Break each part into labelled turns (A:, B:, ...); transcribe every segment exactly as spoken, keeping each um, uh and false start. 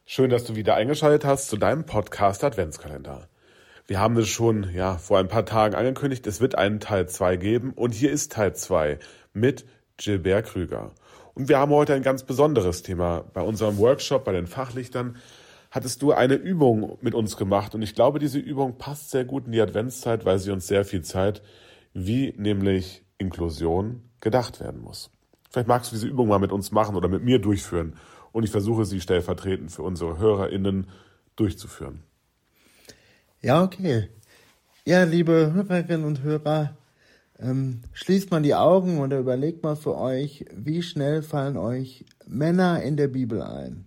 A: Schön, dass du wieder eingeschaltet hast zu deinem Podcast Adventskalender. Wir haben es schon ja, vor ein paar Tagen angekündigt, es wird einen Teil zwei geben und hier ist Teil zwei mit Gilbert Krüger. Und wir haben heute ein ganz besonderes Thema. Bei unserem Workshop, bei den Fachlichtern, hattest du eine Übung mit uns gemacht und ich glaube, diese Übung passt sehr gut in die Adventszeit, weil sie uns sehr viel zeigt, wie nämlich Inklusion gedacht werden muss. Vielleicht magst du diese Übung mal mit uns machen oder mit mir durchführen. Und ich versuche sie stellvertretend für unsere HörerInnen durchzuführen.
B: Ja, okay. Ja, liebe Hörerinnen und Hörer, ähm, schließt mal die Augen oder überlegt mal für euch, wie schnell fallen euch Männer in der Bibel ein?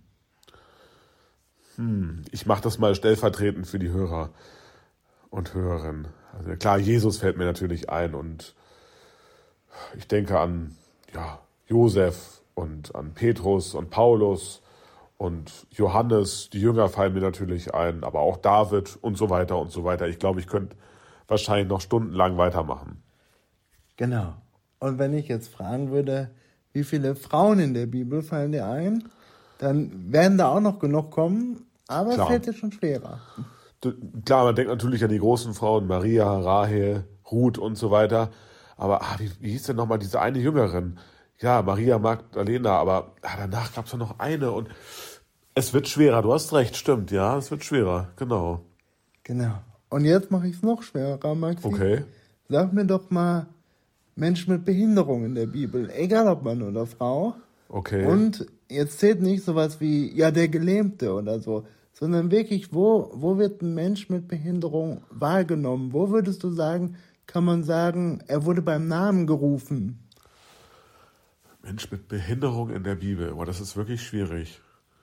A: Hm, ich mache das mal stellvertretend für die Hörer und Hörerinnen. Also klar, Jesus fällt mir natürlich ein und ich denke an ja, Josef und an Petrus und Paulus und Johannes, die Jünger fallen mir natürlich ein, aber auch David und so weiter und so weiter. Ich glaube, ich könnte wahrscheinlich noch stundenlang weitermachen.
B: Genau. Und wenn ich jetzt fragen würde, wie viele Frauen in der Bibel fallen dir ein, dann werden da auch noch genug kommen, aber Klar. Es fällt dir schon schwerer.
A: Klar, man denkt natürlich an die großen Frauen, Maria, Rahel, Ruth und so weiter, aber ah, wie, wie hieß denn nochmal diese eine Jüngerin? Ja, Maria Magdalena, aber ja, danach gab es ja noch eine und es wird schwerer, du hast recht, stimmt, ja, es wird schwerer, genau.
B: Genau. Und jetzt mache ich es noch schwerer, Maxi.
A: Okay.
B: Sag mir doch mal Menschen mit Behinderung in der Bibel, egal ob Mann oder Frau.
A: Okay.
B: Und jetzt zählt nicht sowas wie, ja, der Gelähmte oder so, sondern wirklich, wo, wo wird ein Mensch mit Behinderung wahrgenommen? Wo würdest du sagen, kann man sagen, er wurde beim Namen gerufen?
A: Mensch mit Behinderung in der Bibel, aber das ist wirklich schwierig.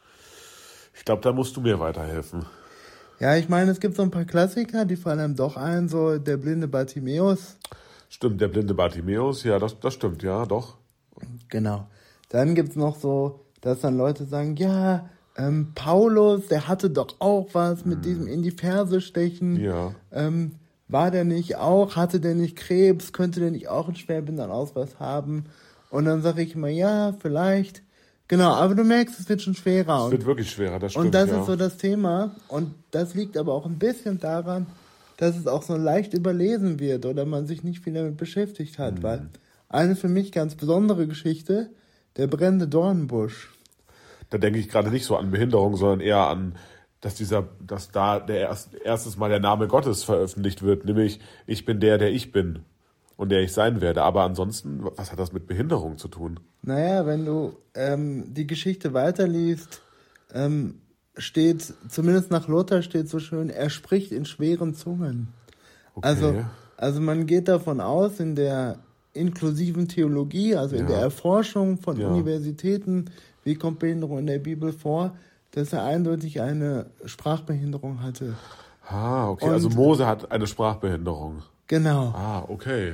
A: Ich glaube, da musst du mir weiterhelfen.
B: Ja, ich meine, es gibt so ein paar Klassiker, die fallen einem doch ein, so der blinde Bartimäus.
A: Stimmt, der blinde Bartimäus, ja, das, das stimmt, ja, doch.
B: Genau. Dann gibt's noch so, dass dann Leute sagen, ja, ähm, Paulus, der hatte doch auch was mit hm. diesem in die Ferse stechen.
A: Ja.
B: Ähm, war der nicht auch, hatte der nicht Krebs, könnte der nicht auch einen Schwerbehindertenausweis haben? Und dann sage ich immer, ja, vielleicht. Genau, aber du merkst, es wird schon schwerer.
A: Es wird wirklich schwerer, das stimmt.
B: Und das
A: ja.
B: ist so das Thema. Und das liegt aber auch ein bisschen daran, dass es auch so leicht überlesen wird oder man sich nicht viel damit beschäftigt hat. Mhm. Weil eine für mich ganz besondere Geschichte, der brennende Dornbusch.
A: Da denke ich gerade nicht so an Behinderung, sondern eher an, dass dieser, dass da der erst, erstes Mal der Name Gottes veröffentlicht wird, nämlich ich bin der, der ich bin. Und der ich sein werde. Aber ansonsten, was hat das mit Behinderung zu tun?
B: Naja, wenn du ähm, die Geschichte weiterliest, ähm, steht, zumindest nach Luther steht so schön, er spricht in schweren Zungen.
A: Okay.
B: Also, also man geht davon aus, in der inklusiven Theologie, also in ja. der Erforschung von ja. Universitäten, wie kommt Behinderung in der Bibel vor, dass er eindeutig eine Sprachbehinderung hatte.
A: Ah, okay. Und also Mose hat eine Sprachbehinderung.
B: Genau.
A: Ah, okay.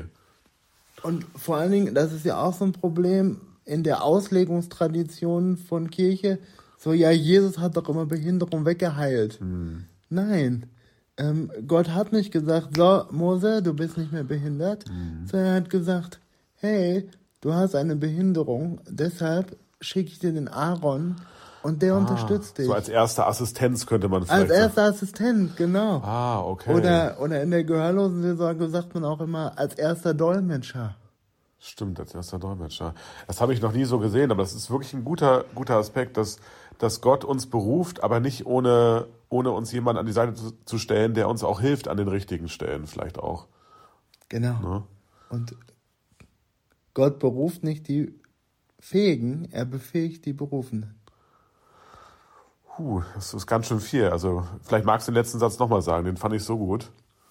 B: Und vor allen Dingen, das ist ja auch so ein Problem in der Auslegungstradition von Kirche, so, ja, Jesus hat doch immer Behinderung weggeheilt. Hm. Nein, ähm, Gott hat nicht gesagt, so, Mose, du bist nicht mehr behindert, hm. sondern er hat gesagt, hey, du hast eine Behinderung, deshalb schicke ich dir den Aaron und der ah, unterstützt dich.
A: So als erster Assistenz könnte man vielleicht
B: Als erster sagen. Assistent, genau.
A: Ah, okay.
B: Oder, oder in der Gehörlosenseelsorge sagt man auch immer als erster Dolmetscher.
A: Stimmt, als erster Dolmetscher. Das habe ich noch nie so gesehen, aber das ist wirklich ein guter, guter Aspekt, dass, dass Gott uns beruft, aber nicht ohne, ohne uns jemanden an die Seite zu, zu stellen, der uns auch hilft an den richtigen Stellen vielleicht auch.
B: Genau. Ne? Und Gott beruft nicht die Fähigen, er befähigt die Berufenen.
A: Puh, das ist ganz schön viel. Also vielleicht magst du den letzten Satz nochmal sagen, den fand ich so gut.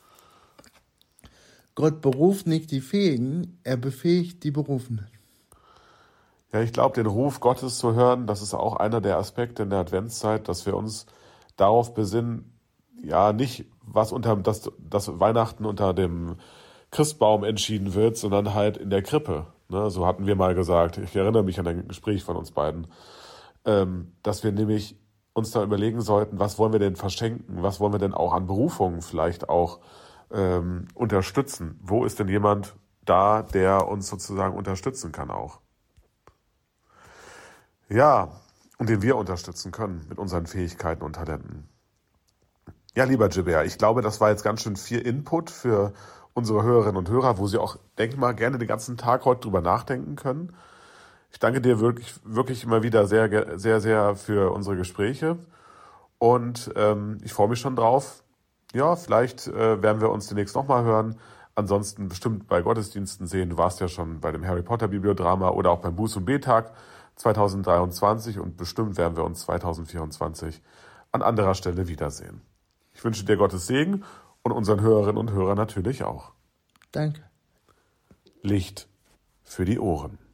B: Gott beruft nicht die Fähigen, er befähigt die Berufenen.
A: Ja, ich glaube, den Ruf Gottes zu hören, das ist auch einer der Aspekte in der Adventszeit, dass wir uns darauf besinnen, ja, nicht, was unter das, das Weihnachten unter dem Christbaum entschieden wird, sondern halt in der Krippe. Ne, so hatten wir mal gesagt. Ich erinnere mich an ein Gespräch von uns beiden, ähm, dass wir nämlich uns da überlegen sollten, was wollen wir denn verschenken, was wollen wir denn auch an Berufungen vielleicht auch ähm, unterstützen. Wo ist denn jemand da, der uns sozusagen unterstützen kann auch? Ja, und den wir unterstützen können mit unseren Fähigkeiten und Talenten. Ja, lieber Gilbert, ich glaube, das war jetzt ganz schön viel Input für unsere Hörerinnen und Hörer, wo sie auch, denke ich mal, gerne den ganzen Tag heute drüber nachdenken können. Ich danke dir wirklich, wirklich immer wieder sehr, sehr, sehr für unsere Gespräche und ähm, ich freue mich schon drauf. Ja, vielleicht äh, werden wir uns demnächst nochmal hören. Ansonsten bestimmt bei Gottesdiensten sehen. Du warst ja schon bei dem Harry Potter Bibliodrama oder auch beim Buß- und Betag zwanzig dreiundzwanzig und bestimmt werden wir uns zwanzig vierundzwanzig an anderer Stelle wiedersehen. Ich wünsche dir Gottes Segen und unseren Hörerinnen und Hörern natürlich auch.
B: Danke.
A: Licht für die Ohren.